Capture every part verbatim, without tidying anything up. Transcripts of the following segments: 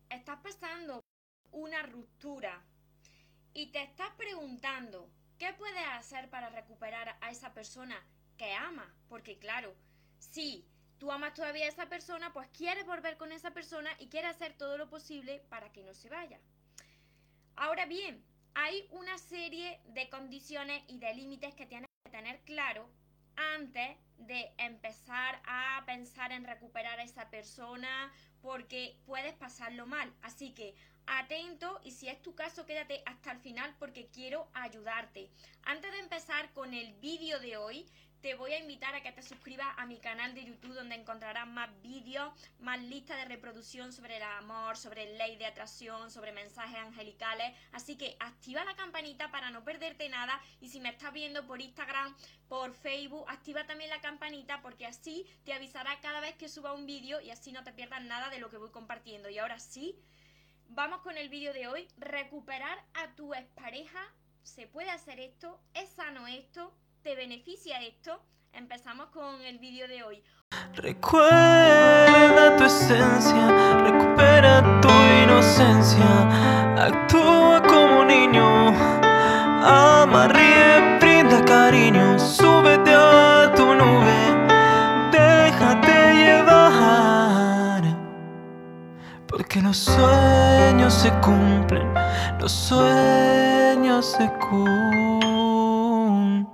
estás pasando una ruptura y te estás preguntando qué puedes hacer para recuperar a esa persona que amas, porque claro, si tú amas todavía a esa persona, pues quieres volver con esa persona y quieres hacer todo lo posible para que no se vaya. Ahora bien, hay una serie de condiciones y de límites que tienes que tener claro antes de empezar a pensar en recuperar a esa persona, porque puedes pasarlo mal. Así que atento, y si es tu caso quédate hasta el final porque quiero ayudarte. Antes de empezar con el vídeo de hoy, te voy a invitar a que te suscribas a mi canal de YouTube, donde encontrarás más vídeos, más listas de reproducción sobre el amor, sobre ley de atracción, sobre mensajes angelicales. Así que activa la campanita para no perderte nada, y si me estás viendo por Instagram, por Facebook, activa también la campanita, porque así te avisará cada vez que suba un vídeo y así no te pierdas nada de lo que voy compartiendo. Y ahora sí, vamos con el vídeo de hoy. Recuperar a tu expareja. ¿Se puede hacer esto? ¿Es sano esto? ¿Te beneficia esto? Empezamos con el vídeo de hoy. Recuerda tu esencia, recupera tu inocencia, actúa como niño, ama, ríe, brinda cariño, súbete a tu nube, déjate llevar, porque los sueños se cumplen, los sueños se cumplen.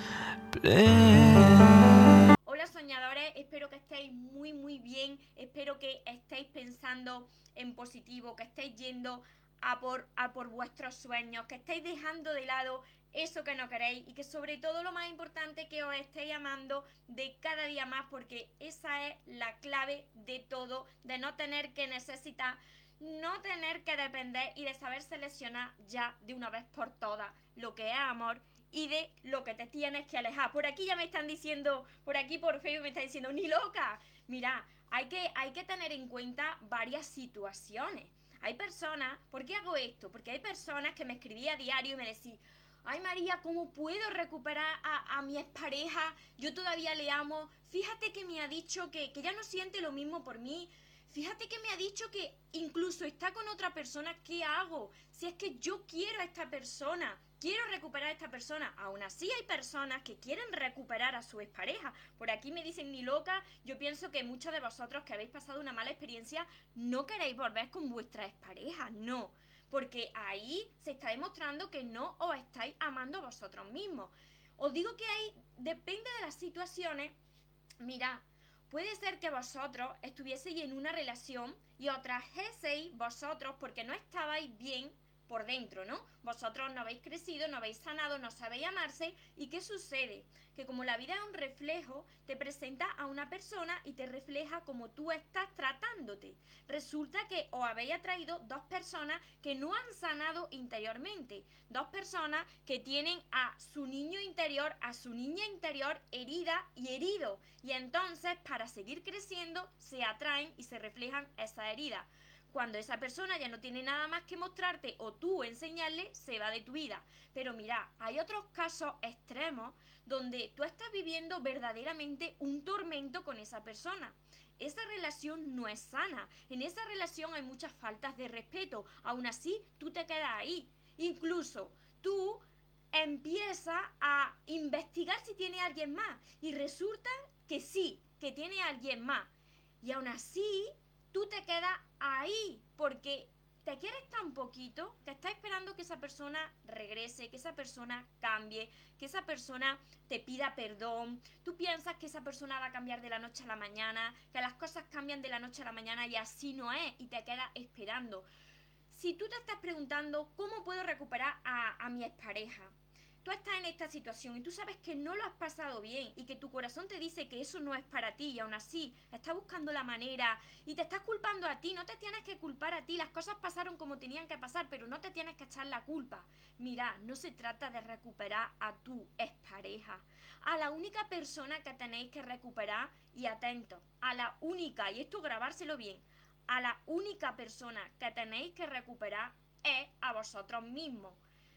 Hola soñadores, espero que estéis muy muy bien, espero que estéis pensando en positivo, que estéis yendo a por, a por vuestros sueños, que estéis dejando de lado eso que no queréis, y que sobre todo lo más importante, que os estéis amando de cada día más, porque esa es la clave de todo, de no tener que necesitar, no tener que depender y de saber seleccionar ya de una vez por todas lo que es amor y de lo que te tienes que alejar. Por aquí ya me están diciendo, por aquí por Facebook me están diciendo, ni loca. Mira, hay que, hay que tener en cuenta varias situaciones. Hay personas, ¿por qué hago esto? Porque hay personas que me escribían a diario y me decían, ay María, ¿cómo puedo recuperar a, a mi expareja? Yo todavía le amo. Fíjate que me ha dicho que, que ya no siente lo mismo por mí. Fíjate que me ha dicho que incluso está con otra persona. ¿Qué hago? Si es que yo quiero a esta persona, quiero recuperar a esta persona. Aún así hay personas que quieren recuperar a su expareja. Por aquí me dicen, ni loca. Yo pienso que muchos de vosotros que habéis pasado una mala experiencia no queréis volver con vuestra expareja. No, porque ahí se está demostrando que no os estáis amando a vosotros mismos. Os digo que ahí depende de las situaciones. Mirad, puede ser que vosotros estuvieseis en una relación y os trajeseis vosotros porque no estabais bien por dentro, ¿no? Vosotros no habéis crecido, no habéis sanado, no sabéis amarse. ¿Y qué sucede? Que como la vida es un reflejo, te presenta a una persona y te refleja como tú estás tratándote. Resulta que os habéis atraído dos personas que no han sanado interiormente, dos personas que tienen a su niño interior, a su niña interior herida y herido, y entonces para seguir creciendo se atraen y se reflejan esa herida. Cuando esa persona ya no tiene nada más que mostrarte o tú enseñarle, se va de tu vida. Pero mira, hay otros casos extremos donde tú estás viviendo verdaderamente un tormento con esa persona. Esa relación no es sana. En esa relación hay muchas faltas de respeto. Aún así, tú te quedas ahí. Incluso tú empiezas a investigar si tiene alguien más. Y resulta que sí, que tiene alguien más. Y aún así, tú te quedas ahí porque te quieres tan poquito que estás esperando que esa persona regrese, que esa persona cambie, que esa persona te pida perdón. Tú piensas que esa persona va a cambiar de la noche a la mañana, que las cosas cambian de la noche a la mañana, y así no es, y te quedas esperando. Si tú te estás preguntando cómo puedo recuperar a, a mi expareja, tú estás en esta situación y tú sabes que no lo has pasado bien y que tu corazón te dice que eso no es para ti, y aún así estás buscando la manera y te estás culpando a ti. No te tienes que culpar a ti, las cosas pasaron como tenían que pasar, pero no te tienes que echar la culpa. Mira, no se trata de recuperar a tu expareja. A la única persona que tenéis que recuperar, y atento, a la única, y esto grabárselo bien, a la única persona que tenéis que recuperar es a vosotros mismos.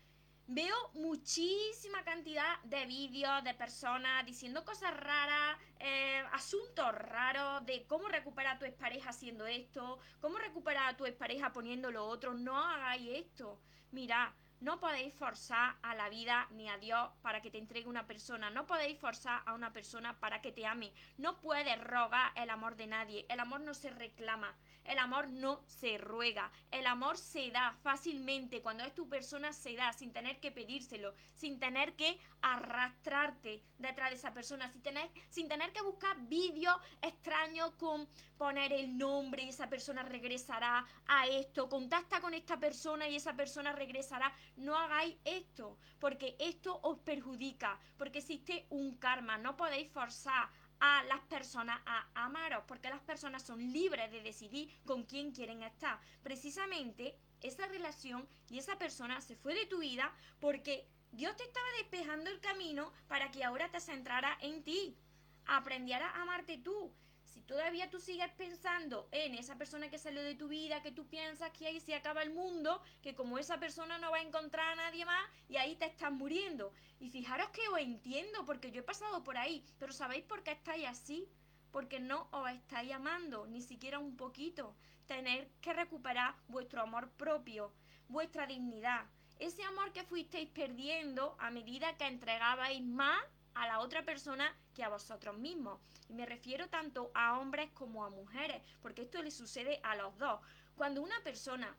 Veo muchísima cantidad de vídeos de personas diciendo cosas raras, eh, asuntos raros de cómo recuperar a tu expareja haciendo esto, cómo recuperar a tu expareja poniendo lo otro. No hagáis esto. Mirad, no podéis forzar a la vida ni a Dios para que te entregue una persona. No podéis forzar a una persona para que te ame. No puedes rogar el amor de nadie. El amor no se reclama. El amor no se ruega, el amor se da fácilmente, cuando es tu persona se da, sin tener que pedírselo, sin tener que arrastrarte detrás de esa persona, sin tener, sin tener que buscar vídeos extraños con poner el nombre y esa persona regresará a esto, contacta con esta persona y esa persona regresará. No hagáis esto, porque esto os perjudica, porque existe un karma, no podéis forzar a las personas a amaros, porque las personas son libres de decidir con quién quieren estar. Precisamente esa relación y esa persona se fue de tu vida porque Dios te estaba despejando el camino para que ahora te centraras en ti, aprendieras a amarte tú. Si todavía tú sigues pensando en esa persona que salió de tu vida, que tú piensas que ahí se acaba el mundo, que como esa persona no va a encontrar a nadie más y ahí te estás muriendo. Y fijaros que os entiendo porque yo he pasado por ahí, pero ¿sabéis por qué estáis así? Porque no os estáis amando, ni siquiera un poquito. Tener que recuperar vuestro amor propio, vuestra dignidad, ese amor que fuisteis perdiendo a medida que entregabais más a la otra persona que a vosotros mismos. Y me refiero tanto a hombres como a mujeres, porque esto le sucede a los dos. Cuando una persona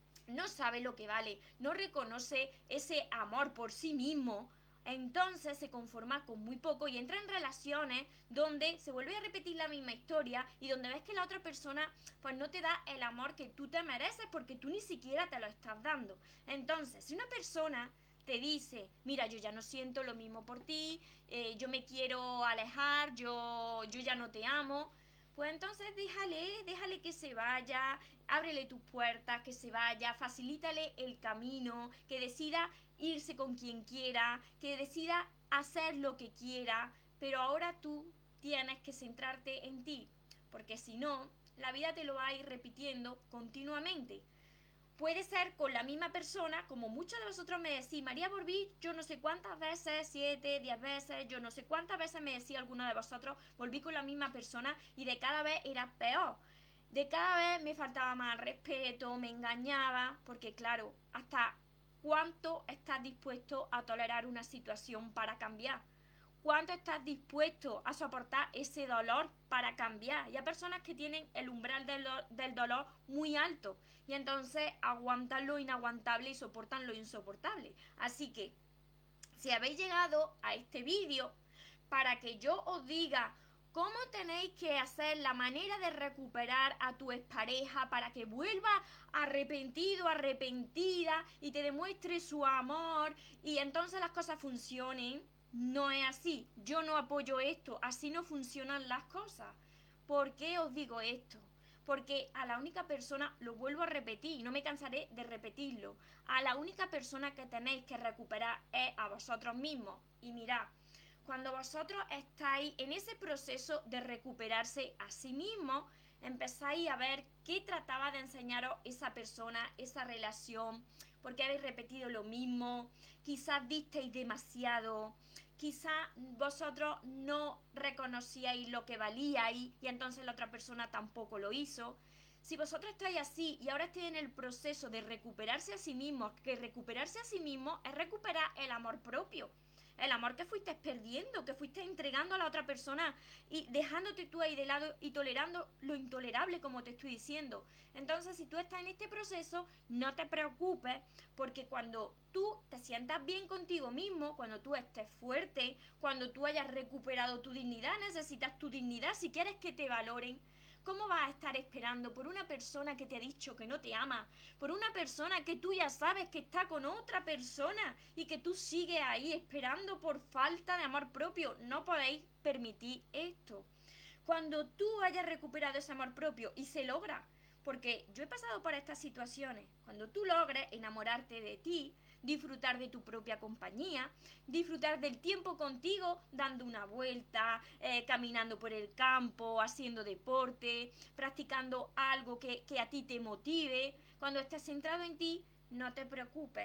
no sabe lo que vale, no reconoce ese amor por sí mismo, entonces se conforma con muy poco y entra en relaciones donde se vuelve a repetir la misma historia y donde ves que la otra persona pues no te da el amor que tú te mereces porque tú ni siquiera te lo estás dando. Entonces, si una persona te dice, mira, yo ya no siento lo mismo por ti, eh, yo me quiero alejar, yo, yo ya no te amo, pues entonces déjale, déjale que se vaya, ábrele tus puertas, que se vaya, facilítale el camino, que decida irse con quien quiera, que decida hacer lo que quiera, pero ahora tú tienes que centrarte en ti, porque si no, la vida te lo va a ir repitiendo continuamente. Puede ser con la misma persona, como muchos de vosotros me decís, María volví yo no sé cuántas veces, siete, diez veces, yo no sé cuántas veces me decía alguno de vosotros, volví con la misma persona y de cada vez era peor. De cada vez me faltaba más respeto, me engañaba, porque claro, hasta cuánto estás dispuesto a tolerar una situación para cambiar. ¿Cuánto estás dispuesto a soportar ese dolor para cambiar? Y hay personas que tienen el umbral del, del dolor muy alto y entonces aguantan lo inaguantable y soportan lo insoportable. Así que, si habéis llegado a este vídeo para que yo os diga cómo tenéis que hacer la manera de recuperar a tu expareja para que vuelva arrepentido, arrepentida y te demuestre su amor y entonces las cosas funcionen, no es así. Yo no apoyo esto, así no funcionan las cosas. ¿Por qué os digo esto? Porque a la única persona, lo vuelvo a repetir y no me cansaré de repetirlo, a la única persona que tenéis que recuperar es a vosotros mismos. Y mirad, cuando vosotros estáis en ese proceso de recuperarse a sí mismos, empezáis a ver qué trataba de enseñaros esa persona, esa relación, porque habéis repetido lo mismo, quizás disteis demasiado, quizás vosotros no reconocíais lo que valíais y entonces la otra persona tampoco lo hizo. Si vosotros estáis así y ahora estáis en el proceso de recuperarse a sí mismos, que recuperarse a sí mismo es recuperar el amor propio. El amor que fuiste perdiendo, que fuiste entregando a la otra persona y dejándote tú ahí de lado y tolerando lo intolerable, como te estoy diciendo. Entonces, si tú estás en este proceso, no te preocupes, porque cuando tú te sientas bien contigo mismo, cuando tú estés fuerte, cuando tú hayas recuperado tu dignidad, necesitas tu dignidad, si quieres que te valoren, ¿cómo vas a estar esperando por una persona que te ha dicho que no te ama? Por una persona que tú ya sabes que está con otra persona y que tú sigues ahí esperando por falta de amor propio. No podéis permitir esto. Cuando tú hayas recuperado ese amor propio y se logra, porque yo he pasado por estas situaciones, cuando tú logres enamorarte de ti, disfrutar de tu propia compañía, disfrutar del tiempo contigo, dando una vuelta, eh, caminando por el campo, haciendo deporte, practicando algo que, que a ti te motive, cuando estés centrado en ti, no te preocupes,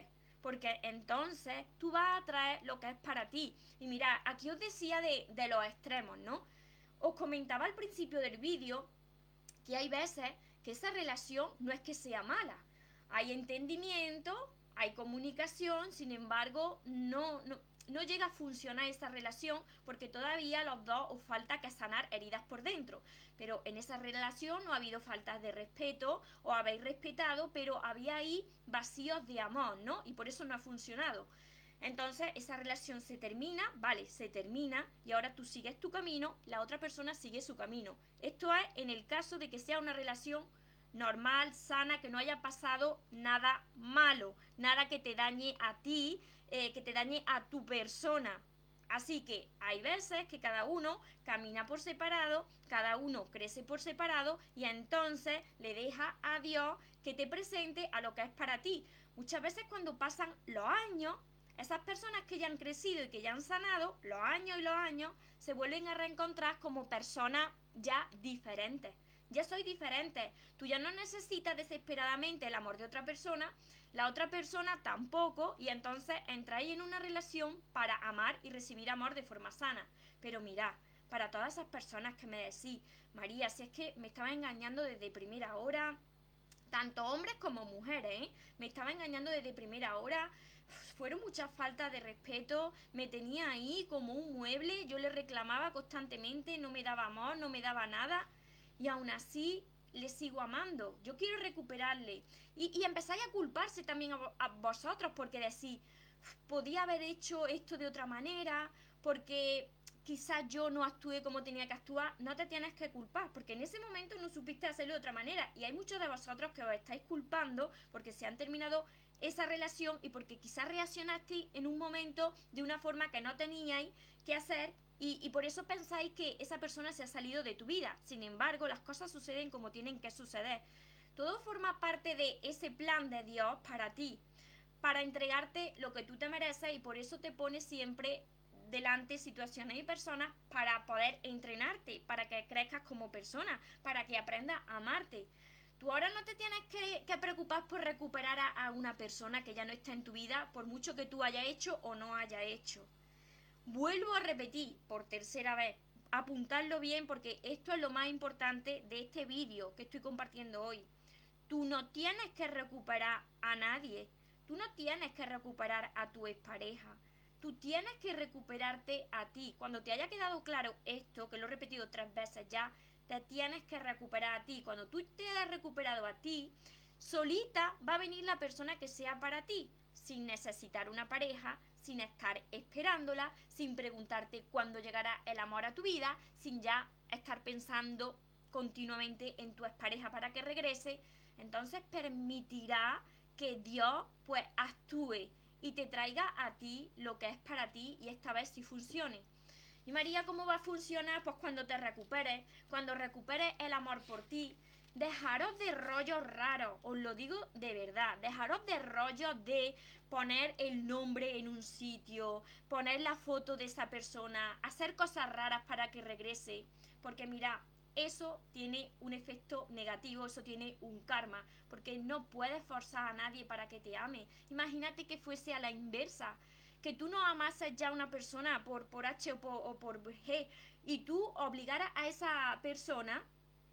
porque entonces tú vas a atraer lo que es para ti. Y mira, aquí os decía de, de los extremos, ¿no? Os comentaba al principio del vídeo que hay veces que esa relación no es que sea mala. Hay entendimiento, hay comunicación, sin embargo, no, no, no llega a funcionar esa relación porque todavía a los dos os falta que sanar heridas por dentro. Pero en esa relación no ha habido faltas de respeto, os habéis respetado, pero había ahí vacíos de amor, ¿no? Y por eso no ha funcionado. Entonces esa relación se termina, vale, se termina y ahora tú sigues tu camino, la otra persona sigue su camino. Esto es en el caso de que sea una relación normal, sana, que no haya pasado nada malo, nada que te dañe a ti, eh, que te dañe a tu persona. Así que hay veces que cada uno camina por separado, cada uno crece por separado y entonces le deja a Dios que te presente a lo que es para ti. Muchas veces cuando pasan los años, esas personas que ya han crecido y que ya han sanado, los años y los años, se vuelven a reencontrar como personas ya diferentes. Ya soy diferente. Tú ya no necesitas desesperadamente el amor de otra persona, la otra persona tampoco, y entonces entráis en una relación para amar y recibir amor de forma sana. Pero mirad, para todas esas personas que me decís, María, si es que me estaba engañando desde primera hora, tanto hombres como mujeres, ¿eh? Me estaba engañando desde primera hora, fueron muchas faltas de respeto, me tenía ahí como un mueble, yo le reclamaba constantemente, no me daba amor, no me daba nada, y aún así le sigo amando, yo quiero recuperarle. Y, y empezáis a culparse también a, a vosotros porque decís, podía haber hecho esto de otra manera, porque quizás yo no actué como tenía que actuar. No te tienes que culpar, porque en ese momento no supiste hacerlo de otra manera. Y hay muchos de vosotros que os estáis culpando porque se han terminado esa relación y porque quizás reaccionasteis en un momento de una forma que no teníais que hacer y, y por eso pensáis que esa persona se ha salido de tu vida. Sin embargo, las cosas suceden como tienen que suceder. Todo forma parte de ese plan de Dios para ti, para entregarte lo que tú te mereces y por eso te pone siempre delante situaciones y personas para poder entrenarte, para que crezcas como persona, para que aprendas a amarte. Tú ahora no te tienes que, que preocupar por recuperar a, a una persona que ya no está en tu vida, por mucho que tú hayas hecho o no hayas hecho. Vuelvo a repetir por tercera vez, apuntarlo bien porque esto es lo más importante de este vídeo que estoy compartiendo hoy. Tú no tienes que recuperar a nadie, tú no tienes que recuperar a tu expareja, tú tienes que recuperarte a ti. Cuando te haya quedado claro esto, que lo he repetido tres veces ya, te tienes que recuperar a ti. Cuando tú te hayas recuperado a ti, solita va a venir la persona que sea para ti, sin necesitar una pareja, sin estar esperándola, sin preguntarte cuándo llegará el amor a tu vida, sin ya estar pensando continuamente en tu expareja para que regrese. Entonces permitirá que Dios pues actúe y te traiga a ti lo que es para ti y esta vez sí funcione. Y María, ¿cómo va a funcionar? Pues cuando te recuperes, cuando recuperes el amor por ti. Dejaros de rollos raros, os lo digo de verdad, dejaros de rollos de poner el nombre en un sitio, poner la foto de esa persona, hacer cosas raras para que regrese, porque mira, eso tiene un efecto negativo, eso tiene un karma, porque no puedes forzar a nadie para que te ame. Imagínate que fuese a la inversa, que tú no amases ya a una persona por, por H o por, o por G y tú obligaras a esa persona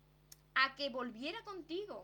a que volviera contigo.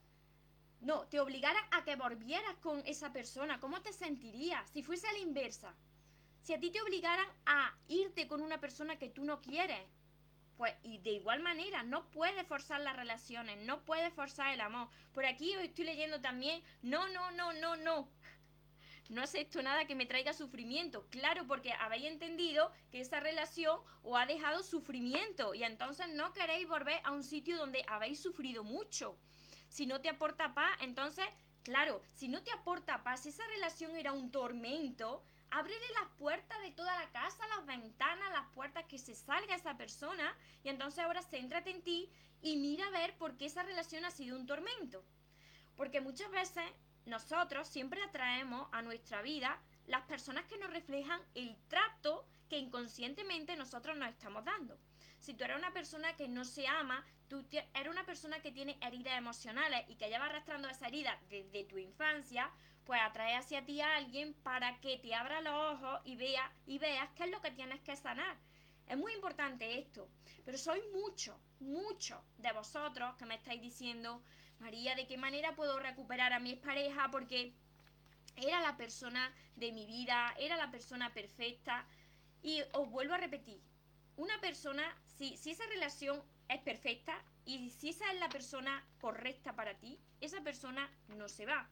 No, te obligaras a que volvieras con esa persona. ¿Cómo te sentirías si fuese a la inversa? Si a ti te obligaran a irte con una persona que tú no quieres, pues y de igual manera no puedes forzar las relaciones, no puedes forzar el amor. Por aquí hoy estoy leyendo también, no, no, no, no, no. No acepto nada que me traiga sufrimiento. Claro, porque habéis entendido que esa relación os ha dejado sufrimiento y entonces no queréis volver a un sitio donde habéis sufrido mucho. Si no te aporta paz, entonces, claro, si no te aporta paz, si esa relación era un tormento, ábrele las puertas de toda la casa, las ventanas, las puertas, que se salga esa persona y entonces ahora céntrate en ti y mira a ver por qué esa relación ha sido un tormento. Porque muchas veces nosotros siempre atraemos a nuestra vida las personas que nos reflejan el trato que inconscientemente nosotros nos estamos dando. Si tú eres una persona que no se ama, tú eres una persona que tiene heridas emocionales y que lleva arrastrando esa herida desde tu infancia, pues atrae hacia ti a alguien para que te abra los ojos y, vea, y veas qué es lo que tienes que sanar. Es muy importante esto, pero sois muchos, muchos de vosotros que me estáis diciendo, María, ¿de qué manera puedo recuperar a mi expareja? Porque era la persona de mi vida, era la persona perfecta. Y os vuelvo a repetir, una persona, si, si esa relación es perfecta y si esa es la persona correcta para ti, esa persona no se va.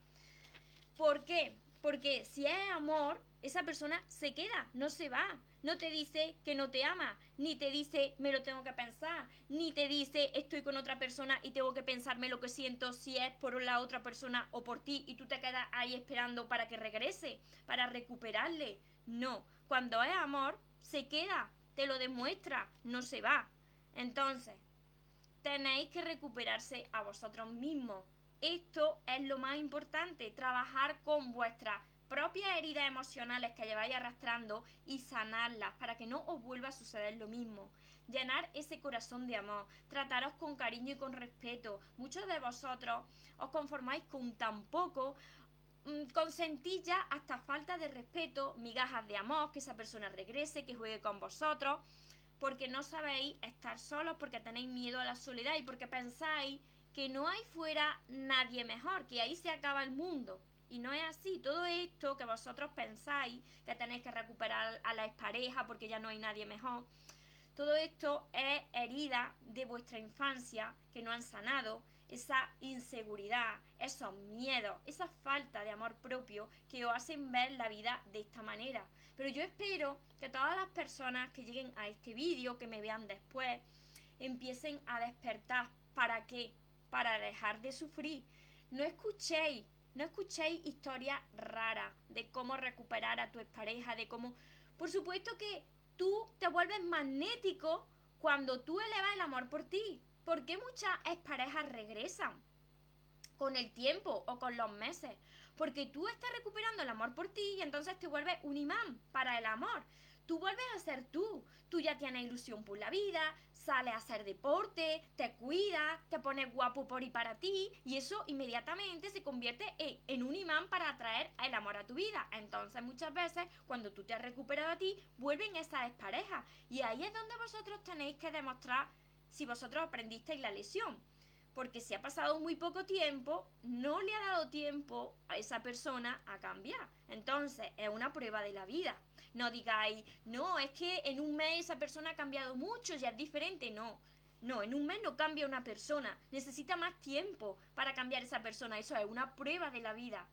¿Por qué? Porque si es amor, esa persona se queda, no se va. No te dice que no te ama, ni te dice me lo tengo que pensar, ni te dice estoy con otra persona y tengo que pensarme lo que siento si es por la otra persona o por ti y tú te quedas ahí esperando para que regrese, para recuperarle. No, cuando es amor, se queda, te lo demuestra, no se va. Entonces, tenéis que recuperarse a vosotros mismos. Esto es lo más importante, trabajar con vuestras propias heridas emocionales que lleváis arrastrando y sanarlas para que no os vuelva a suceder lo mismo. Llenar ese corazón de amor, trataros con cariño y con respeto. Muchos de vosotros os conformáis con tan poco, consentís ya hasta falta de respeto, migajas de amor, que esa persona regrese, que juegue con vosotros, porque no sabéis estar solos, porque tenéis miedo a la soledad y porque pensáis que no hay fuera nadie mejor, que ahí se acaba el mundo. Y no es así. Todo esto que vosotros pensáis, que tenéis que recuperar a la expareja porque ya no hay nadie mejor, todo esto es herida de vuestra infancia que no han sanado, esa inseguridad, esos miedos, esa falta de amor propio que os hacen ver la vida de esta manera. Pero yo espero que todas las personas que lleguen a este vídeo, que me vean después, empiecen a despertar. ¿Para qué? Para dejar de sufrir. No escuchéis, no escuchéis historias raras de cómo recuperar a tu expareja, de cómo... Por supuesto que tú te vuelves magnético cuando tú elevas el amor por ti. ¿Por qué muchas exparejas regresan con el tiempo o con los meses? Porque tú estás recuperando el amor por ti y entonces te vuelves un imán para el amor. Tú vuelves a ser tú. Tú ya tienes ilusión por la vida, sales a hacer deporte, te cuidas, te pones guapo por y para ti y eso inmediatamente se convierte en, en un imán para atraer el amor a tu vida. Entonces muchas veces cuando tú te has recuperado a ti, vuelven esas parejas y ahí es donde vosotros tenéis que demostrar si vosotros aprendisteis la lección. Porque si ha pasado muy poco tiempo, no le ha dado tiempo a esa persona a cambiar. Entonces, es una prueba de la vida. No digáis, no, es que en un mes esa persona ha cambiado mucho, ya es diferente. No, no, en un mes no cambia una persona. Necesita más tiempo para cambiar esa persona. Eso es una prueba de la vida.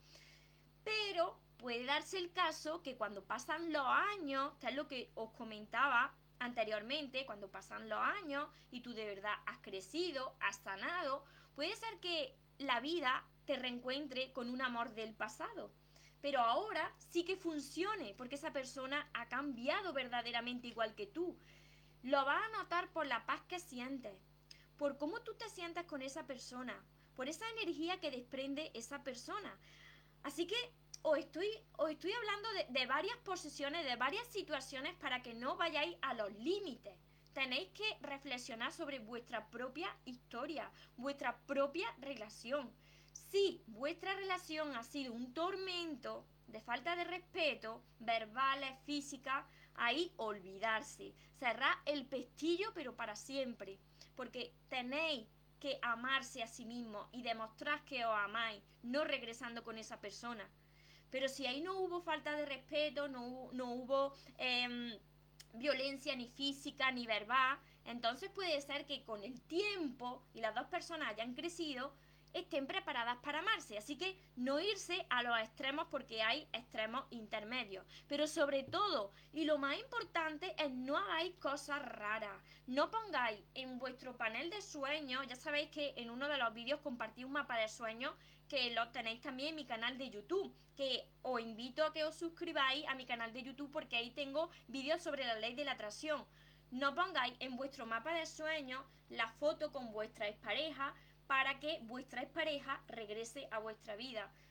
Pero puede darse el caso que cuando pasan los años, que es lo que os comentaba anteriormente, cuando pasan los años y tú de verdad has crecido, has sanado, puede ser que la vida te reencuentre con un amor del pasado. Pero ahora sí que funcione, porque esa persona ha cambiado verdaderamente igual que tú. Lo vas a notar por la paz que sientes, por cómo tú te sientes con esa persona, por esa energía que desprende esa persona. Así que os estoy, os estoy hablando de, de varias posiciones, de varias situaciones para que no vayáis a los límites. Tenéis que reflexionar sobre vuestra propia historia, vuestra propia relación. Si vuestra relación ha sido un tormento de falta de respeto, verbales, física, ahí olvidarse. Cerrar el pestillo pero para siempre. Porque tenéis que amarse a sí mismo y demostrar que os amáis, no regresando con esa persona. Pero si ahí no hubo falta de respeto, no hubo, no hubo eh, violencia ni física ni verbal, entonces puede ser que con el tiempo y las dos personas hayan crecido, estén preparadas para amarse. Así que no irse a los extremos porque hay extremos intermedios. Pero sobre todo, y lo más importante es no hagáis cosas raras. No pongáis en vuestro panel de sueños, ya sabéis que en uno de los vídeos compartí un mapa de sueños que lo tenéis también en mi canal de YouTube, que os invito a que os suscribáis a mi canal de YouTube porque ahí tengo vídeos sobre la ley de la atracción. No pongáis en vuestro mapa de sueños la foto con vuestra expareja para que vuestra expareja regrese a vuestra vida.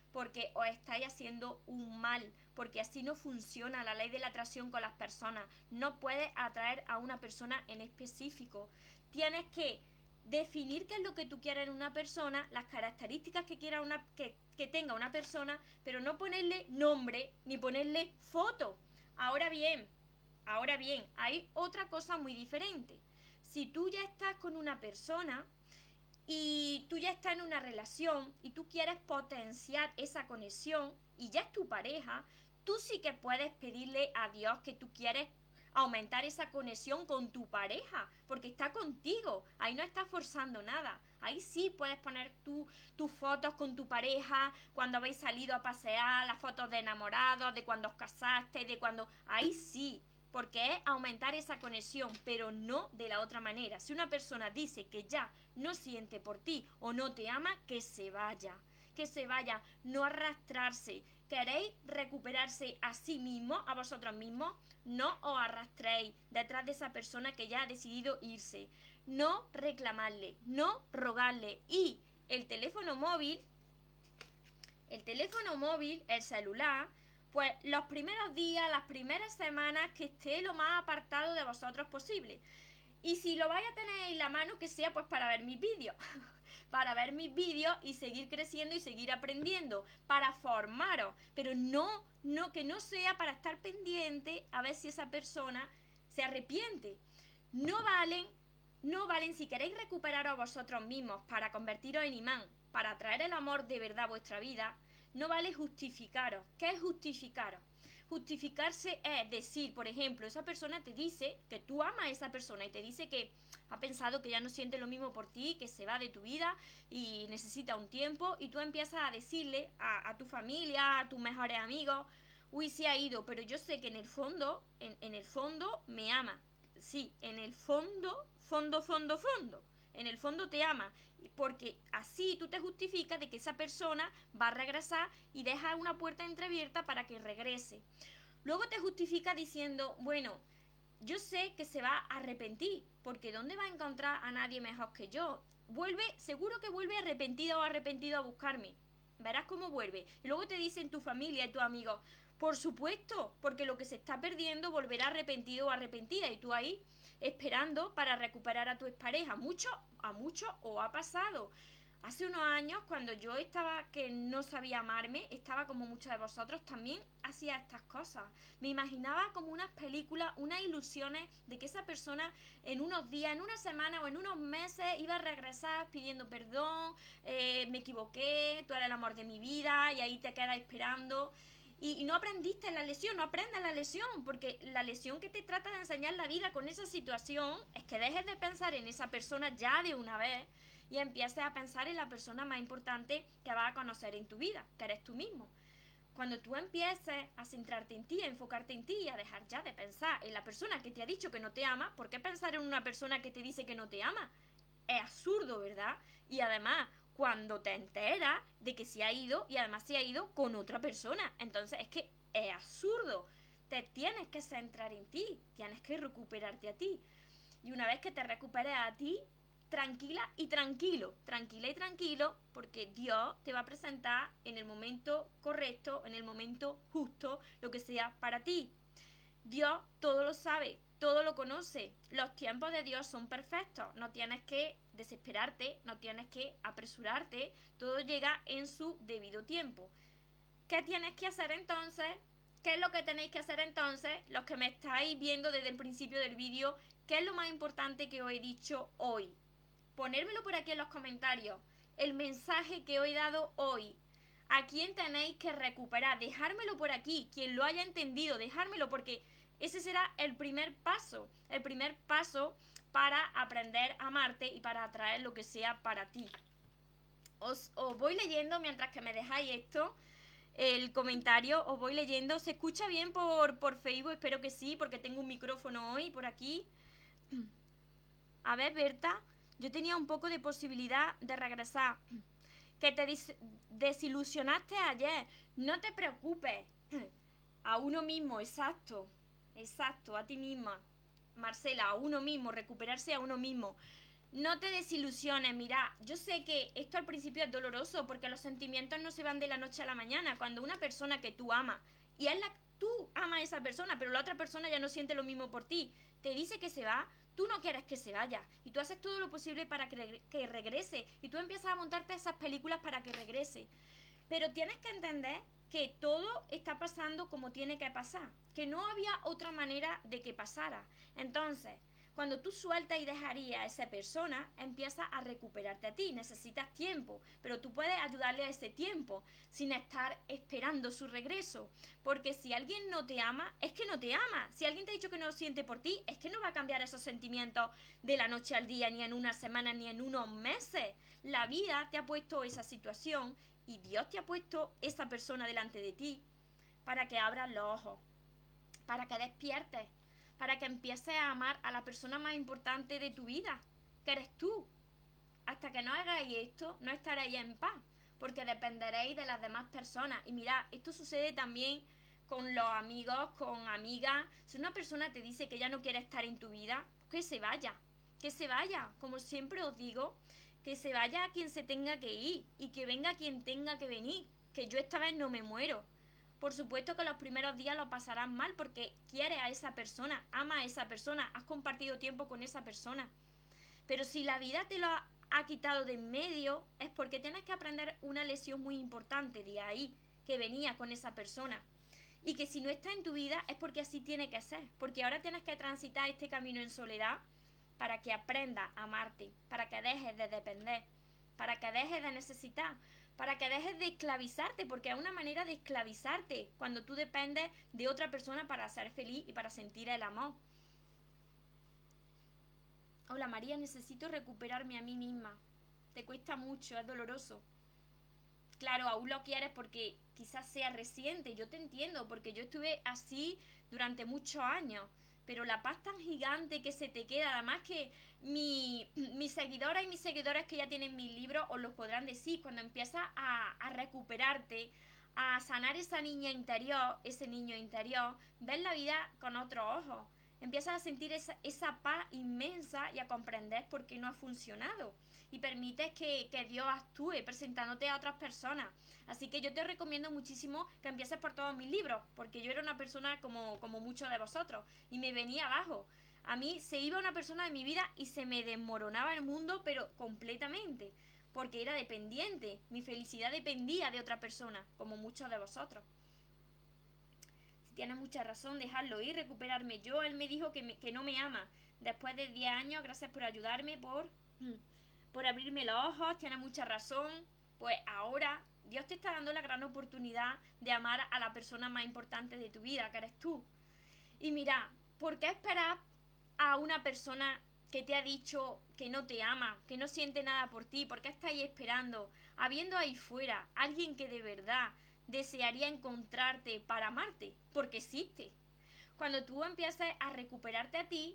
porque os estáis haciendo un mal, porque así no funciona la ley de la atracción con las personas. No puedes atraer a una persona en específico. Tienes que definir qué es lo que tú quieres en una persona, las características que quiera una, que, que tenga una persona, pero no ponerle nombre ni ponerle foto. Ahora bien, ahora bien, hay otra cosa muy diferente. Si tú ya estás con una persona y tú ya estás en una relación y tú quieres potenciar esa conexión y ya es tu pareja, tú sí que puedes pedirle a Dios que tú quieres aumentar esa conexión con tu pareja, porque está contigo, ahí no estás forzando nada. Ahí sí puedes poner tu, tus fotos con tu pareja, cuando habéis salido a pasear, las fotos de enamorados, de cuando os casaste, de cuando... Ahí sí, porque es aumentar esa conexión, pero no de la otra manera. Si una persona dice que ya no siente por ti o no te ama, que se vaya, que se vaya, no arrastrarse. ¿Queréis recuperarse a sí mismo, a vosotros mismos? No os arrastréis detrás de esa persona que ya ha decidido irse. No reclamarle, no rogarle. Y el teléfono móvil, el teléfono móvil, el celular, pues los primeros días, las primeras semanas, que esté lo más apartado de vosotros posible. Y si lo vais a tener en la mano, que sea pues para ver mis vídeos. Para ver mis vídeos y seguir creciendo y seguir aprendiendo. Para formaros. Pero no, no, que no sea para estar pendiente a ver si esa persona se arrepiente. No valen, no valen si queréis recuperaros a vosotros mismos para convertiros en imán, para atraer el amor de verdad a vuestra vida. No vale justificaros. ¿Qué es justificaros? Justificarse es decir, por ejemplo, esa persona te dice que tú amas a esa persona y te dice que ha pensado que ya no siente lo mismo por ti, que se va de tu vida y necesita un tiempo, y tú empiezas a decirle a, a tu familia, a tus mejores amigos, uy, sí ha ido, pero yo sé que en el fondo, en, en el fondo me ama. Sí, en el fondo, fondo, fondo, fondo. En el fondo te ama, porque así tú te justificas de que esa persona va a regresar y deja una puerta entreabierta para que regrese. Luego te justifica diciendo, bueno, yo sé que se va a arrepentir, porque ¿dónde va a encontrar a nadie mejor que yo? Vuelve, seguro que vuelve arrepentido o arrepentido a buscarme. Verás cómo vuelve. Y luego te dicen tu familia y tus amigos, por supuesto, porque lo que se está perdiendo volverá arrepentido o arrepentida, y tú ahí esperando para recuperar a tu expareja. Mucho, a mucho os ha pasado. Hace unos años, cuando yo estaba que no sabía amarme, estaba como muchos de vosotros, también hacía estas cosas. Me imaginaba como unas películas, unas ilusiones de que esa persona en unos días, en una semana o en unos meses iba a regresar pidiendo perdón, eh, me equivoqué, tú eres el amor de mi vida, y ahí te quedas esperando. Y, y no aprendiste la lección, no aprendes la lección, porque la lección que te trata de enseñar la vida con esa situación es que dejes de pensar en esa persona ya de una vez y empieces a pensar en la persona más importante que vas a conocer en tu vida, que eres tú mismo. Cuando tú empieces a centrarte en ti, a enfocarte en ti y a dejar ya de pensar en la persona que te ha dicho que no te ama, ¿por qué pensar en una persona que te dice que no te ama? Es absurdo, ¿verdad? Y además, cuando te enteras de que se ha ido, y además se ha ido con otra persona, entonces es que es absurdo. Te tienes que centrar en ti, tienes que recuperarte a ti. Y una vez que te recuperes a ti, tranquila y tranquilo, tranquila y tranquilo, porque Dios te va a presentar en el momento correcto, en el momento justo, lo que sea para ti. Dios todo lo sabe, todo lo conoce. Los tiempos de Dios son perfectos. No tienes que desesperarte, no tienes que apresurarte. Todo llega en su debido tiempo. ¿Qué tienes que hacer entonces? ¿Qué es lo que tenéis que hacer entonces? Los que me estáis viendo desde el principio del vídeo, ¿qué es lo más importante que os he dicho hoy? Ponérmelo por aquí en los comentarios. El mensaje que os he dado hoy. ¿A quién tenéis que recuperar? Dejármelo por aquí. Quien lo haya entendido, dejármelo, porque ese será el primer paso. El primer paso para aprender a amarte y para atraer lo que sea para ti. Os, os voy leyendo mientras que me dejáis esto. El comentario os voy leyendo. ¿Se escucha bien por, por Facebook? Espero que sí, porque tengo un micrófono hoy por aquí. A ver, Berta, yo tenía un poco de posibilidad de regresar. Que te des desilusionaste ayer. No te preocupes. A uno mismo, exacto. Exacto, a ti misma. Marcela, a uno mismo, recuperarse a uno mismo. No te desilusiones, mira, yo sé que esto al principio es doloroso porque los sentimientos no se van de la noche a la mañana. Cuando una persona que tú amas, y es la tú amas a esa persona, pero la otra persona ya no siente lo mismo por ti, te dice que se va, tú no quieres que se vaya. Y tú haces todo lo posible para que, que regrese. Y tú empiezas a montarte esas películas para que regrese. Pero tienes que entender que todo está pasando como tiene que pasar, que no había otra manera de que pasara. Entonces, cuando tú sueltas y dejarías a esa persona, empiezas a recuperarte a ti. Necesitas tiempo, pero tú puedes ayudarle a ese tiempo sin estar esperando su regreso. Porque si alguien no te ama, es que no te ama. Si alguien te ha dicho que no lo siente por ti, es que no va a cambiar esos sentimientos de la noche al día, ni en una semana, ni en unos meses. La vida te ha puesto esa situación y Dios te ha puesto esa persona delante de ti para que abras los ojos, para que despiertes, para que empieces a amar a la persona más importante de tu vida, que eres tú. Hasta que no hagáis esto, no estaréis en paz, porque dependeréis de las demás personas. Y mira, esto sucede también con los amigos, con amigas. Si una persona te dice que ya no quiere estar en tu vida, que se vaya, que se vaya. Como siempre os digo, que se vaya a quien se tenga que ir y que venga quien tenga que venir, que yo esta vez no me muero. Por supuesto que los primeros días lo pasarás mal porque quieres a esa persona, amas a esa persona, has compartido tiempo con esa persona. Pero si la vida te lo ha, ha quitado de en medio, es porque tienes que aprender una lección muy importante de ahí, que venía con esa persona. Y que si no está en tu vida es porque así tiene que ser, porque ahora tienes que transitar este camino en soledad para que aprendas a amarte, para que dejes de depender, para que dejes de necesitar, para que dejes de esclavizarte, porque es una manera de esclavizarte cuando tú dependes de otra persona para ser feliz y para sentir el amor. Hola María, necesito recuperarme a mí misma. Te cuesta mucho, es doloroso. Claro, aún lo quieres porque quizás sea reciente, yo te entiendo, porque yo estuve así durante muchos años, pero la paz tan gigante que se te queda, además que mi, mis seguidoras y mis seguidores que ya tienen mis libros os lo podrán decir, cuando empiezas a, a recuperarte, a sanar esa niña interior, ese niño interior, ves la vida con otros ojos, empiezas a sentir esa, esa paz inmensa y a comprender por qué no ha funcionado y permites que, que Dios actúe presentándote a otras personas. Así que yo te recomiendo muchísimo que empieces por todos mis libros, porque yo era una persona como, como muchos de vosotros y me venía abajo. A mí se iba una persona de mi vida y se me desmoronaba el mundo, pero completamente, porque era dependiente. Mi felicidad dependía de otra persona, como muchos de vosotros. Si tienes mucha razón, dejarlo ir, recuperarme yo. Él me dijo que, me, que no me ama. Después de diez años, gracias por ayudarme, por... por abrirme los ojos, tienes mucha razón. Pues ahora Dios te está dando la gran oportunidad de amar a la persona más importante de tu vida, que eres tú. Y mira, ¿por qué esperar a una persona que te ha dicho que no te ama, que no siente nada por ti? ¿Por qué estáis esperando? Habiendo ahí fuera alguien que de verdad desearía encontrarte para amarte, porque existe. Cuando tú empieces a recuperarte a ti,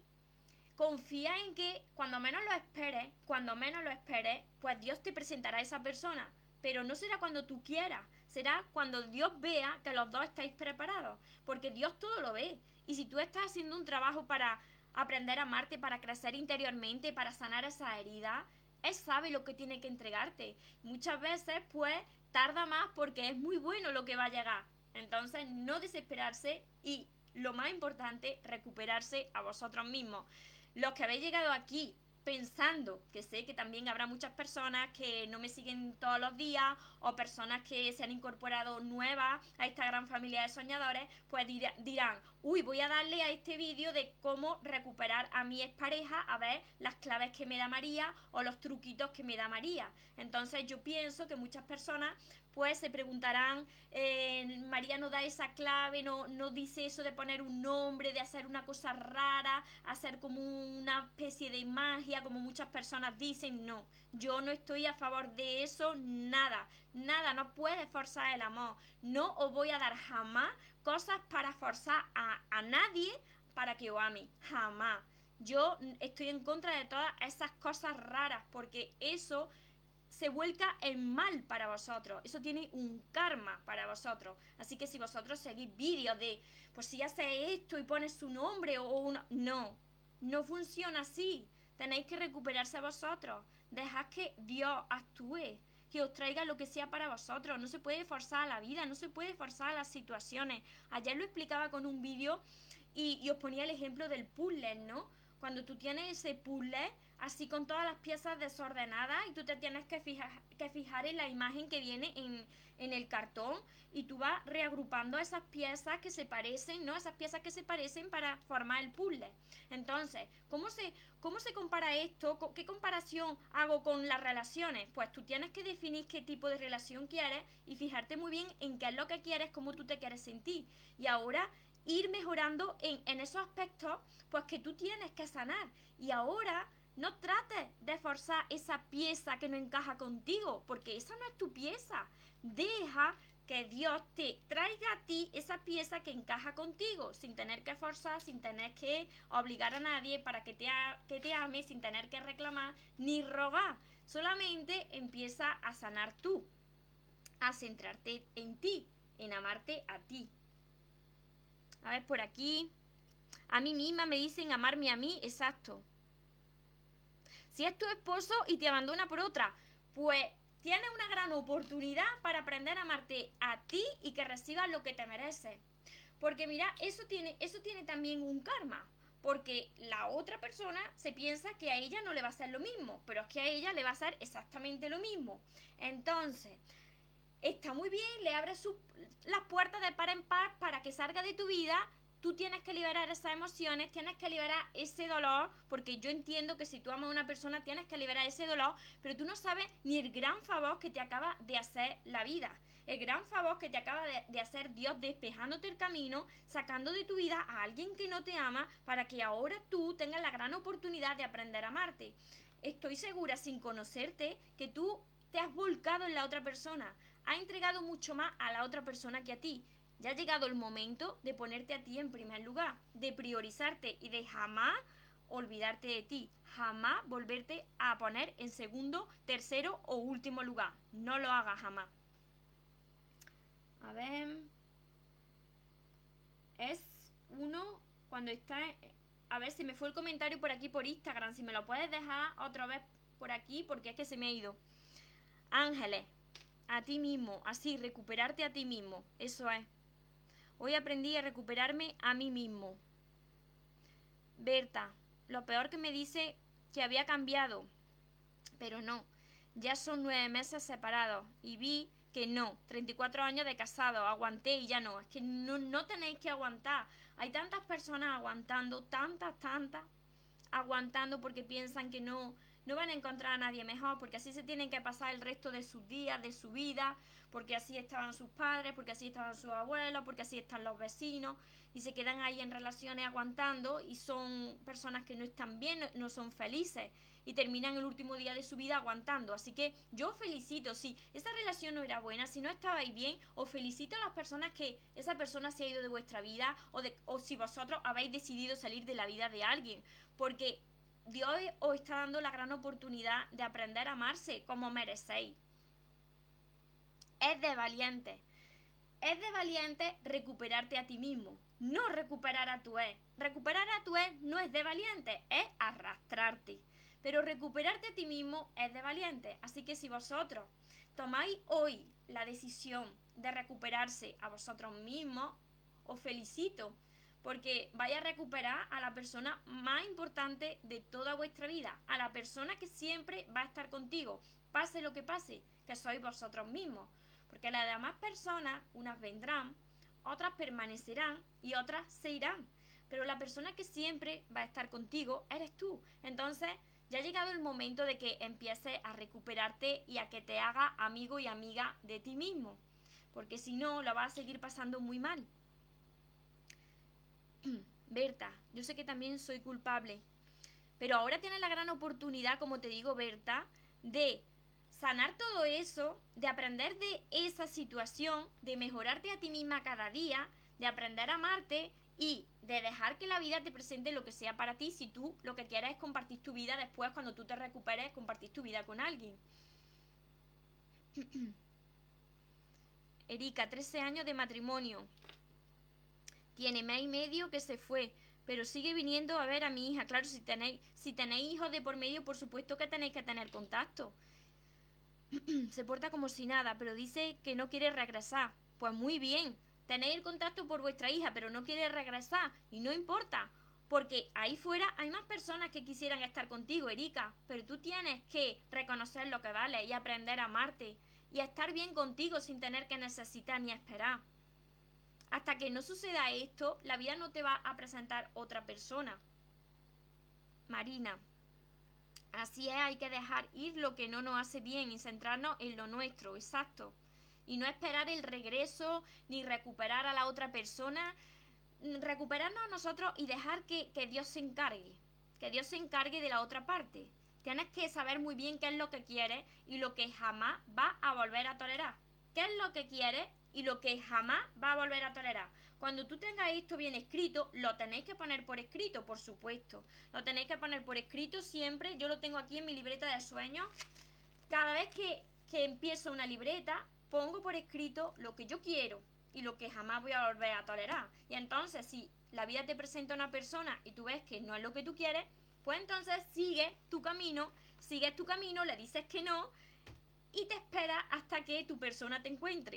confía en que cuando menos lo esperes, cuando menos lo esperes, pues Dios te presentará a esa persona. Pero no será cuando tú quieras, será cuando Dios vea que los dos estáis preparados. Porque Dios todo lo ve. Y si tú estás haciendo un trabajo para aprender a amarte, para crecer interiormente, para sanar esa herida, Él sabe lo que tiene que entregarte. Muchas veces, pues, tarda más porque es muy bueno lo que va a llegar. Entonces, no desesperarse y, lo más importante, recuperarse a vosotros mismos. Los que habéis llegado aquí pensando, que sé que también habrá muchas personas que no me siguen todos los días o personas que se han incorporado nuevas a esta gran familia de soñadores, pues dirán, uy, voy a darle a este vídeo de cómo recuperar a mi expareja, a ver las claves que me da María o los truquitos que me da María. Entonces yo pienso que muchas personas pues se preguntarán, eh, María no da esa clave, no, no dice eso de poner un nombre, de hacer una cosa rara, hacer como una especie de magia, como muchas personas dicen. No, yo no estoy a favor de eso, nada, nada, no puedes forzar el amor. No os voy a dar jamás cosas para forzar a, a nadie para que os ame, jamás. Yo estoy en contra de todas esas cosas raras, porque eso se vuelca en mal para vosotros. Eso tiene un karma para vosotros. Así que si vosotros seguís vídeos de, pues si hace esto y pones su nombre o una... No, no funciona así. Tenéis que recuperarse a vosotros. Dejad que Dios actúe, que os traiga lo que sea para vosotros. No se puede forzar a la vida, no se puede forzar a las situaciones. Ayer lo explicaba con un vídeo y, y os ponía el ejemplo del puzzle, ¿no? Cuando tú tienes ese puzzle así con todas las piezas desordenadas y tú te tienes que fijar, que fijar en la imagen que viene en, en el cartón y tú vas reagrupando esas piezas que se parecen, ¿no? Esas piezas que se parecen para formar el puzzle. Entonces, ¿cómo se, cómo se compara esto? ¿Qué comparación hago con las relaciones? Pues tú tienes que definir qué tipo de relación quieres y fijarte muy bien en qué es lo que quieres, cómo tú te quieres sentir. Y ahora ir mejorando en, en esos aspectos, pues que tú tienes que sanar. Y ahora no trates de forzar esa pieza que no encaja contigo, porque esa no es tu pieza. Deja que Dios te traiga a ti esa pieza que encaja contigo, sin tener que forzar, sin tener que obligar a nadie para que te, que te ame, sin tener que reclamar ni rogar. Solamente empieza a sanar tú, a centrarte en ti, en amarte a ti. A ver, por aquí. A mí misma me dicen amarme a mí, exacto. Si es tu esposo y te abandona por otra, pues tienes una gran oportunidad para aprender a amarte a ti y que recibas lo que te mereces. Porque mira, eso tiene, eso tiene también un karma. Porque la otra persona se piensa que a ella no le va a hacer lo mismo, pero es que a ella le va a hacer exactamente lo mismo. Entonces, está muy bien, le abres su, las puertas de par en par para que salga de tu vida. Tú tienes que liberar esas emociones, tienes que liberar ese dolor, porque yo entiendo que si tú amas a una persona tienes que liberar ese dolor, pero tú no sabes ni el gran favor que te acaba de hacer la vida, el gran favor que te acaba de, de hacer Dios despejándote el camino, sacando de tu vida a alguien que no te ama, para que ahora tú tengas la gran oportunidad de aprender a amarte. Estoy segura, sin conocerte, que tú te has volcado en la otra persona, has entregado mucho más a la otra persona que a ti. Ya ha llegado el momento de ponerte a ti en primer lugar, de priorizarte y de jamás olvidarte de ti, jamás volverte a poner en segundo, tercero o último lugar. No lo hagas jamás. A ver. Es uno cuando está... A ver, si me fue el comentario por aquí por Instagram, si me lo puedes dejar otra vez por aquí porque es que se me ha ido. Ángeles, a ti mismo, así, recuperarte a ti mismo, eso es. Hoy aprendí a recuperarme a mí mismo. Berta, lo peor que me dice que había cambiado, pero no, ya son nueve meses separados y vi que no, treinta y cuatro años de casado, aguanté y ya no, es que no, no tenéis que aguantar. Hay tantas personas aguantando, tantas, tantas, aguantando porque piensan que no, no van a encontrar a nadie mejor, porque así se tienen que pasar el resto de sus días, de su vida, porque así estaban sus padres, porque así estaban sus abuelos, porque así están los vecinos, y se quedan ahí en relaciones aguantando y son personas que no están bien, no, no son felices y terminan el último día de su vida aguantando. Así que yo felicito, si esa relación no era buena, si no estabais bien, os felicito a las personas que esa persona se ha ido de vuestra vida o, de, o si vosotros habéis decidido salir de la vida de alguien, porque Dios os está dando la gran oportunidad de aprender a amarse como merecéis. Es de valiente. Es de valiente recuperarte a ti mismo, no recuperar a tu ex. Recuperar a tu ex no es de valiente, es arrastrarte. Pero recuperarte a ti mismo es de valiente. Así que si vosotros tomáis hoy la decisión de recuperarse a vosotros mismos, os felicito, porque vais a recuperar a la persona más importante de toda vuestra vida, a la persona que siempre va a estar contigo, pase lo que pase, que sois vosotros mismos. Porque las demás personas, unas vendrán, otras permanecerán y otras se irán. Pero la persona que siempre va a estar contigo eres tú. Entonces, ya ha llegado el momento de que empieces a recuperarte y a que te hagas amigo y amiga de ti mismo. Porque si no, lo vas a seguir pasando muy mal. Berta, yo sé que también soy culpable. Pero ahora tienes la gran oportunidad, como te digo, Berta, de sanar todo eso, de aprender de esa situación, de mejorarte a ti misma cada día, de aprender a amarte y de dejar que la vida te presente lo que sea para ti, si tú lo que quieres es compartir tu vida después, cuando tú te recuperes, compartir tu vida con alguien. Erika, trece años de matrimonio. Tiene mes y medio que se fue, pero sigue viniendo a ver a mi hija. Claro, si tenéis, si tenéis hijos de por medio, por supuesto que tenéis que tener contacto. Se porta como si nada, pero dice que no quiere regresar. Pues muy bien, tenéis el contacto por vuestra hija, pero no quiere regresar y no importa, porque ahí fuera hay más personas que quisieran estar contigo, Erika, pero tú tienes que reconocer lo que vale y aprender a amarte y a estar bien contigo sin tener que necesitar ni esperar. Hasta que no suceda esto, la vida no te va a presentar otra persona. Marina. Así es, hay que dejar ir lo que no nos hace bien y centrarnos en lo nuestro, exacto. Y no esperar el regreso ni recuperar a la otra persona, recuperarnos a nosotros y dejar que, que Dios se encargue, que Dios se encargue de la otra parte. Tienes que saber muy bien qué es lo que quieres y lo que jamás va a volver a tolerar. ¿Qué es lo que quieres y lo que jamás va a volver a tolerar? Cuando tú tengas esto bien escrito, lo tenéis que poner por escrito, por supuesto. Lo tenéis que poner por escrito siempre. Yo lo tengo aquí en mi libreta de sueños. Cada vez que, que empiezo una libreta, pongo por escrito lo que yo quiero y lo que jamás voy a volver a tolerar. Y entonces, si la vida te presenta a una persona y tú ves que no es lo que tú quieres, pues entonces sigue tu camino, sigues tu camino, le dices que no y te esperas hasta que tu persona te encuentre.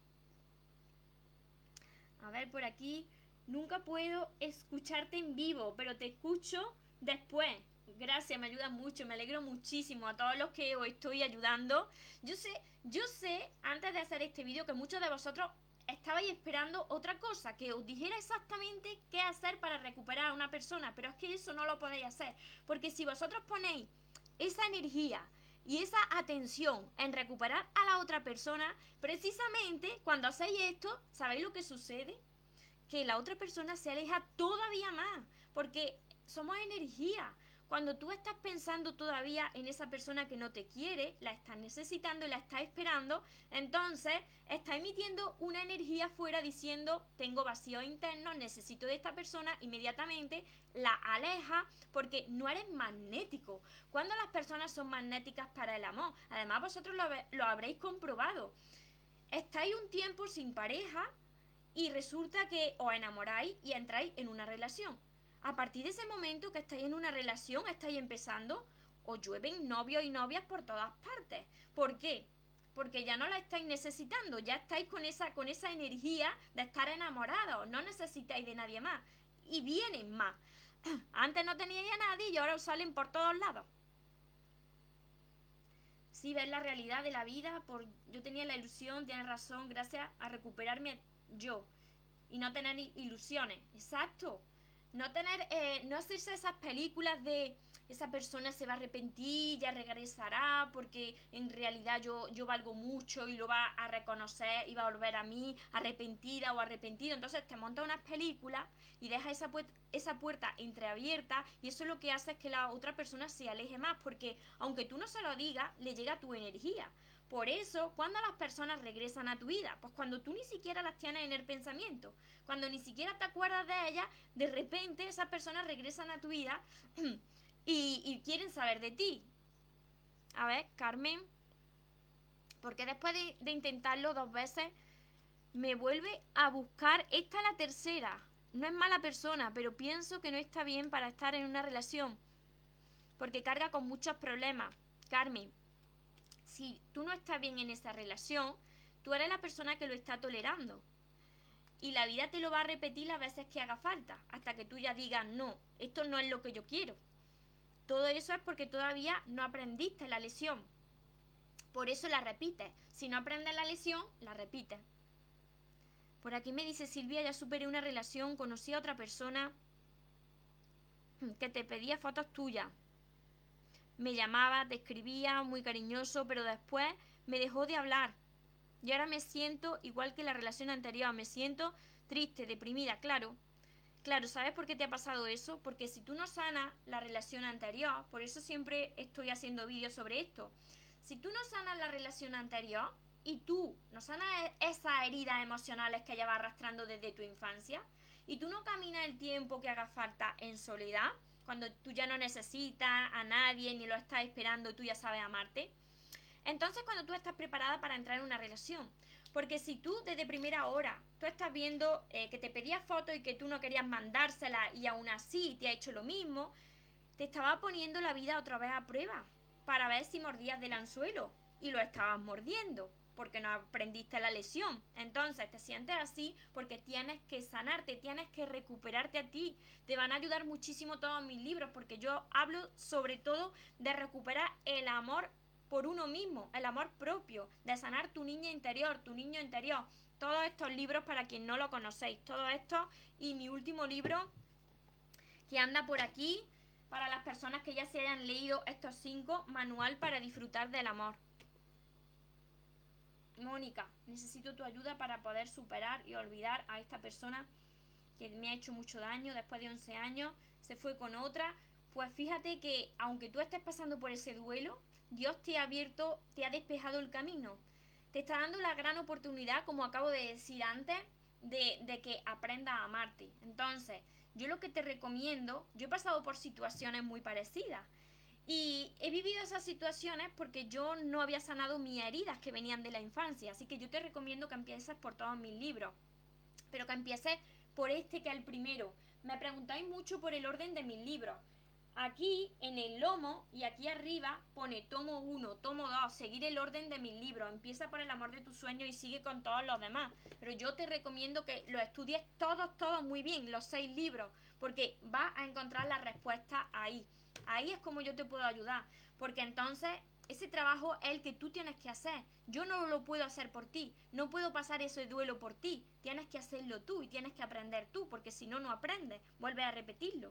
A ver, por aquí, nunca puedo escucharte en vivo, pero te escucho después. Gracias, me ayuda mucho, me alegro muchísimo a todos los que os estoy ayudando. Yo sé, yo sé, antes de hacer este vídeo, que muchos de vosotros estabais esperando otra cosa, que os dijera exactamente qué hacer para recuperar a una persona, pero es que eso no lo podéis hacer, porque si vosotros ponéis esa energía y esa atención en recuperar a la otra persona, precisamente cuando hacéis esto, ¿sabéis lo que sucede? Que la otra persona se aleja todavía más, porque somos energía. Cuando tú estás pensando todavía en esa persona que no te quiere, la estás necesitando y la estás esperando, entonces está emitiendo una energía fuera diciendo, tengo vacío interno, necesito de esta persona, inmediatamente la aleja porque no eres magnético. Cuando las personas son magnéticas para el amor, además vosotros lo, lo habréis comprobado. Estáis un tiempo sin pareja y resulta que os enamoráis y entráis en una relación. A partir de ese momento que estáis en una relación, estáis empezando, os llueven novios y novias por todas partes. ¿Por qué? Porque ya no la estáis necesitando, ya estáis con esa, con esa energía de estar enamorados, no necesitáis de nadie más. Y vienen más. Antes no teníais a nadie y ahora os salen por todos lados. Sí, ver la realidad de la vida, por, yo tenía la ilusión, tienes razón, gracias a recuperarme yo y no tener ilusiones. Exacto. No tener, eh, no hacerse esas películas de esa persona se va a arrepentir, ya regresará porque en realidad yo, yo valgo mucho y lo va a reconocer y va a volver a mí arrepentida o arrepentido. Entonces te monta unas películas y deja esa, pu esa puerta entreabierta y eso lo que hace es que la otra persona se aleje más porque aunque tú no se lo digas, le llega tu energía. Por eso, ¿cuándo las personas regresan a tu vida? Pues cuando tú ni siquiera las tienes en el pensamiento, cuando ni siquiera te acuerdas de ellas, de repente esas personas regresan a tu vida y, y quieren saber de ti. A ver, Carmen, porque después de, de intentarlo dos veces, me vuelve a buscar? Esta es la tercera. No es mala persona, pero pienso que no está bien para estar en una relación, porque carga con muchos problemas. Carmen, si tú no estás bien en esa relación, tú eres la persona que lo está tolerando. Y la vida te lo va a repetir las veces que haga falta, hasta que tú ya digas, no, esto no es lo que yo quiero. Todo eso es porque todavía no aprendiste la lección. Por eso la repites. Si no aprendes la lección, la repites. Por aquí me dice Silvia, ya superé una relación, conocí a otra persona que te pedía fotos tuyas. Me llamaba, te escribía, muy cariñoso, pero después me dejó de hablar. Y ahora me siento igual que la relación anterior, me siento triste, deprimida, claro. Claro, ¿sabes por qué te ha pasado eso? Porque si tú no sanas la relación anterior, por eso siempre estoy haciendo vídeos sobre esto. Si tú no sanas la relación anterior y tú no sanas esas heridas emocionales que llevas arrastrando desde tu infancia y tú no caminas el tiempo que haga falta en soledad, cuando tú ya no necesitas a nadie ni lo estás esperando, tú ya sabes amarte, entonces cuando tú estás preparada para entrar en una relación. Porque si tú desde primera hora, tú estás viendo eh, que te pedía fotos y que tú no querías mandársela y aún así te ha hecho lo mismo, te estaba poniendo la vida otra vez a prueba para ver si mordías del anzuelo y lo estabas mordiendo porque no aprendiste la lesión. Entonces te sientes así porque tienes que sanarte, tienes que recuperarte a ti. Te van a ayudar muchísimo todos mis libros porque yo hablo sobre todo de recuperar el amor por uno mismo, el amor propio, de sanar tu niña interior, tu niño interior. Todos estos libros, para quien no lo conocéis, todo esto y mi último libro que anda por aquí para las personas que ya se hayan leído estos cinco, manual para disfrutar del amor. Mónica, necesito tu ayuda para poder superar y olvidar a esta persona que me ha hecho mucho daño después de once años, se fue con otra. Pues fíjate que aunque tú estés pasando por ese duelo, Dios te ha abierto, te ha despejado el camino. Te está dando la gran oportunidad, como acabo de decir antes, de, de que aprendas a amarte. Entonces, yo lo que te recomiendo, yo he pasado por situaciones muy parecidas. Y he vivido esas situaciones porque yo no había sanado mis heridas que venían de la infancia. Así que yo te recomiendo que empieces por todos mis libros. Pero que empieces por este que es el primero. Me preguntáis mucho por el orden de mis libros. Aquí en el lomo y aquí arriba pone tomo uno, tomo dos, seguir el orden de mis libros. Empieza por el amor de tus sueños y sigue con todos los demás. Pero yo te recomiendo que lo estudies todos, todos muy bien, los seis libros, porque vas a encontrar la respuesta ahí. Ahí es como yo te puedo ayudar, porque entonces ese trabajo es el que tú tienes que hacer. Yo no lo puedo hacer por ti, no puedo pasar ese duelo por ti. Tienes que hacerlo tú y tienes que aprender tú, porque si no, no aprendes. Vuelve a repetirlo.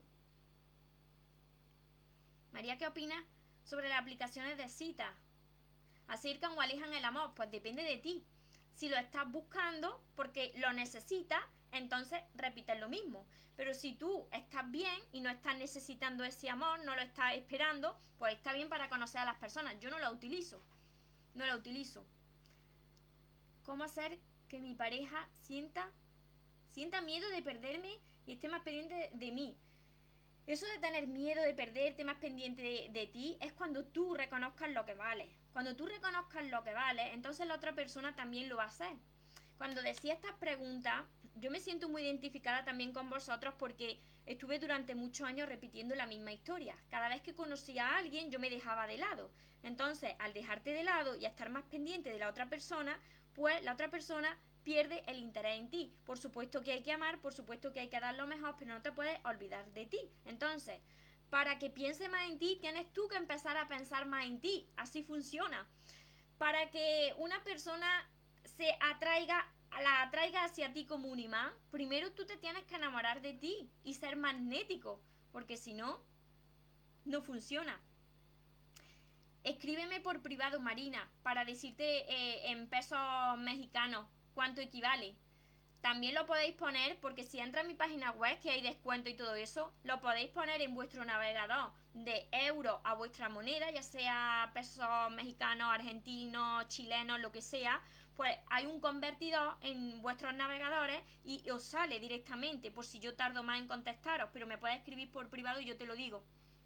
María, ¿qué opinas sobre las aplicaciones de citas? ¿Acercan o alejan el amor? Pues depende de ti. Si lo estás buscando porque lo necesitas, entonces repites lo mismo. Pero si tú estás bien y no estás necesitando ese amor, no lo estás esperando, pues está bien para conocer a las personas. Yo no lo utilizo. No lo utilizo. ¿Cómo hacer que mi pareja sienta, sienta miedo de perderme y esté más pendiente de, de mí? Eso de tener miedo de perderte, más pendiente de, de ti, es cuando tú reconozcas lo que vale. Cuando tú reconozcas lo que vale, entonces la otra persona también lo va a hacer. Cuando decía estas preguntas, yo me siento muy identificada también con vosotros porque estuve durante muchos años repitiendo la misma historia. Cada vez que conocía a alguien yo me dejaba de lado. Entonces, al dejarte de lado y a estar más pendiente de la otra persona, pues la otra persona pierde el interés en ti. Por supuesto que hay que amar, por supuesto que hay que dar lo mejor, pero no te puedes olvidar de ti. Entonces, para que piense más en ti, tienes tú que empezar a pensar más en ti. Así funciona. Para que una persona se atraiga, la atraiga hacia ti como un imán, primero tú te tienes que enamorar de ti y ser magnético, porque si no, no funciona. Escríbeme por privado, Marina, para decirte eh, en pesos mexicanos cuánto equivale. También lo podéis poner, porque si entra en mi página web, que hay descuento y todo eso, lo podéis poner en vuestro navegador de euro a vuestra moneda, ya sea pesos mexicanos, argentinos, chilenos, lo que sea. Pues hay un convertidor en vuestros navegadores y os sale directamente, por si yo tardo más en contestaros, pero me puedes escribir por privado y yo te lo digo.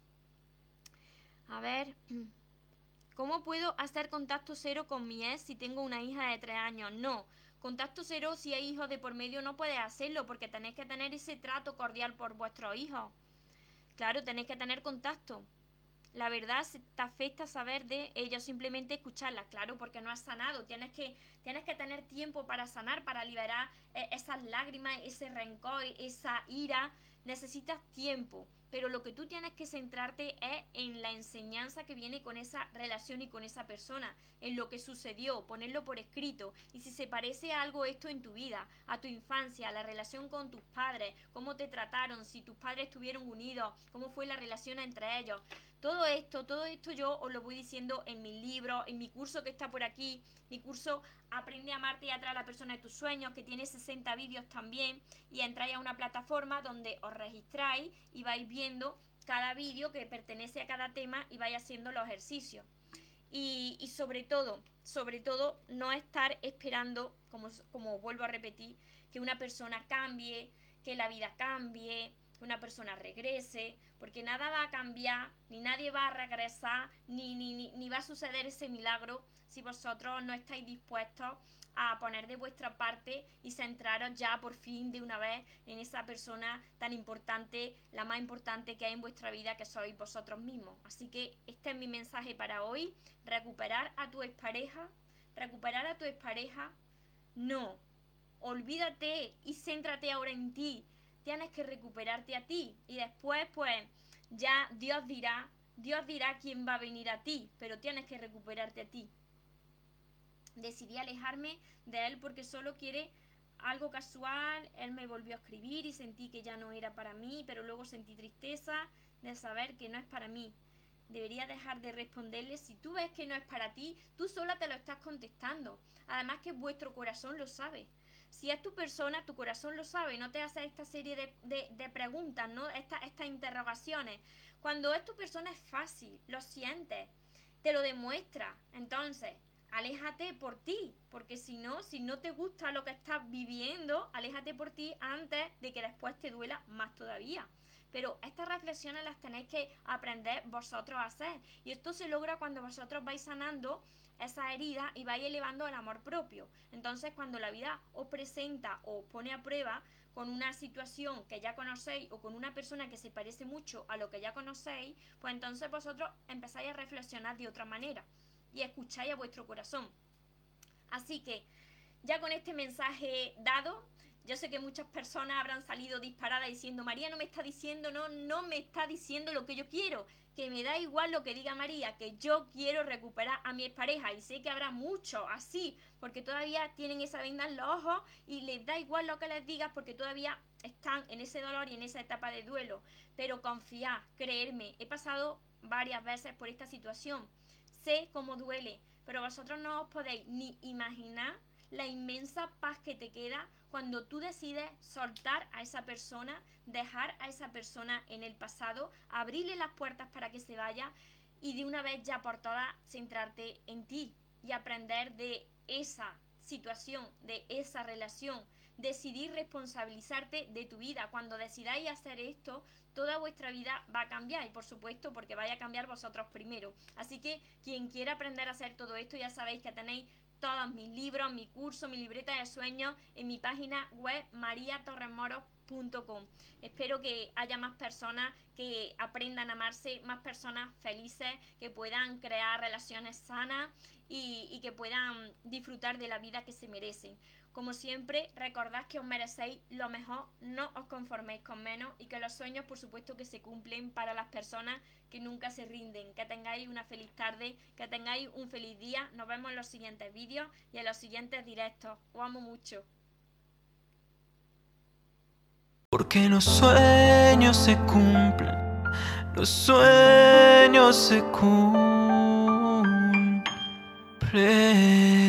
A ver, ¿cómo puedo hacer contacto cero con mi ex si tengo una hija de tres años? No, contacto cero si hay hijos de por medio no puedes hacerlo porque tenéis que tener ese trato cordial por vuestros hijos. Claro, tenéis que tener contacto. La verdad te afecta saber de ellos, simplemente escucharlas, claro, porque no has sanado. Tienes que, tienes que tener tiempo para sanar, para liberar eh, esas lágrimas, ese rencor, esa ira. Necesitas tiempo, pero lo que tú tienes que centrarte es en la enseñanza que viene con esa relación y con esa persona, en lo que sucedió, ponerlo por escrito. Y si se parece a algo esto en tu vida, a tu infancia, a la relación con tus padres, cómo te trataron, si tus padres estuvieron unidos, cómo fue la relación entre ellos. Todo esto, todo esto yo os lo voy diciendo en mi libro, en mi curso que está por aquí, mi curso Aprende a amarte y atraer a la persona de tus sueños, que tiene sesenta vídeos también, y entráis a una plataforma donde os registráis y vais viendo cada vídeo que pertenece a cada tema y vais haciendo los ejercicios. Y, y sobre todo, sobre todo, no estar esperando, como, como vuelvo a repetir, que una persona cambie, que la vida cambie, que una persona regrese, porque nada va a cambiar, ni nadie va a regresar, ni, ni, ni, ni va a suceder ese milagro si vosotros no estáis dispuestos a poner de vuestra parte y centraros ya por fin de una vez en esa persona tan importante, la más importante que hay en vuestra vida, que sois vosotros mismos. Así que este es mi mensaje para hoy: recuperar a tu expareja, recuperar a tu expareja, no, olvídate y céntrate ahora en ti. Tienes que recuperarte a ti y después pues ya Dios dirá, Dios dirá quién va a venir a ti, pero tienes que recuperarte a ti. Decidí alejarme de él porque solo quiere algo casual. Él me volvió a escribir y sentí que ya no era para mí, pero luego sentí tristeza de saber que no es para mí. Debería dejar de responderle. Si tú ves que no es para ti, tú sola te lo estás contestando. Además que vuestro corazón lo sabe. Si es tu persona, tu corazón lo sabe. No te haces esta serie de, de, de preguntas, ¿no? Esta, estas interrogaciones. Cuando es tu persona es fácil, lo sientes, te lo demuestra. Entonces, aléjate por ti, porque si no, si no te gusta lo que estás viviendo, aléjate por ti antes de que después te duela más todavía. Pero estas reflexiones las tenéis que aprender vosotros a hacer. Y esto se logra cuando vosotros vais sanando esa herida y vais elevando el amor propio. Entonces, cuando la vida os presenta o os pone a prueba con una situación que ya conocéis o con una persona que se parece mucho a lo que ya conocéis, pues entonces vosotros empezáis a reflexionar de otra manera y escucháis a vuestro corazón. Así que, ya con este mensaje dado, yo sé que muchas personas habrán salido disparadas diciendo: María no me está diciendo, no, no me está diciendo lo que yo quiero, que me da igual lo que diga María, que yo quiero recuperar a mi expareja. Y sé que habrá muchos así, porque todavía tienen esa venda en los ojos y les da igual lo que les digas, porque todavía están en ese dolor y en esa etapa de duelo. Pero confiad, creerme, he pasado varias veces por esta situación. Sé cómo duele, pero vosotros no os podéis ni imaginar la inmensa paz que te queda cuando tú decides soltar a esa persona, dejar a esa persona en el pasado, abrirle las puertas para que se vaya y de una vez ya por todas centrarte en ti y aprender de esa situación, de esa relación. Decidir responsabilizarte de tu vida. Cuando decidáis hacer esto, toda vuestra vida va a cambiar, y por supuesto porque vais a cambiar vosotros primero. Así que quien quiera aprender a hacer todo esto, ya sabéis que tenéis todos mis libros, mi curso, mi libreta de sueños en mi página web maria torres moros punto com. Espero que haya más personas que aprendan a amarse, más personas felices, que puedan crear relaciones sanas y, y que puedan disfrutar de la vida que se merecen. Como siempre, recordad que os merecéis lo mejor, no os conforméis con menos y que los sueños, por supuesto, que se cumplen para las personas que nunca se rinden. Que tengáis una feliz tarde, que tengáis un feliz día. Nos vemos en los siguientes vídeos y en los siguientes directos. Os amo mucho. Porque los sueños se cumplen, los sueños se cumplen.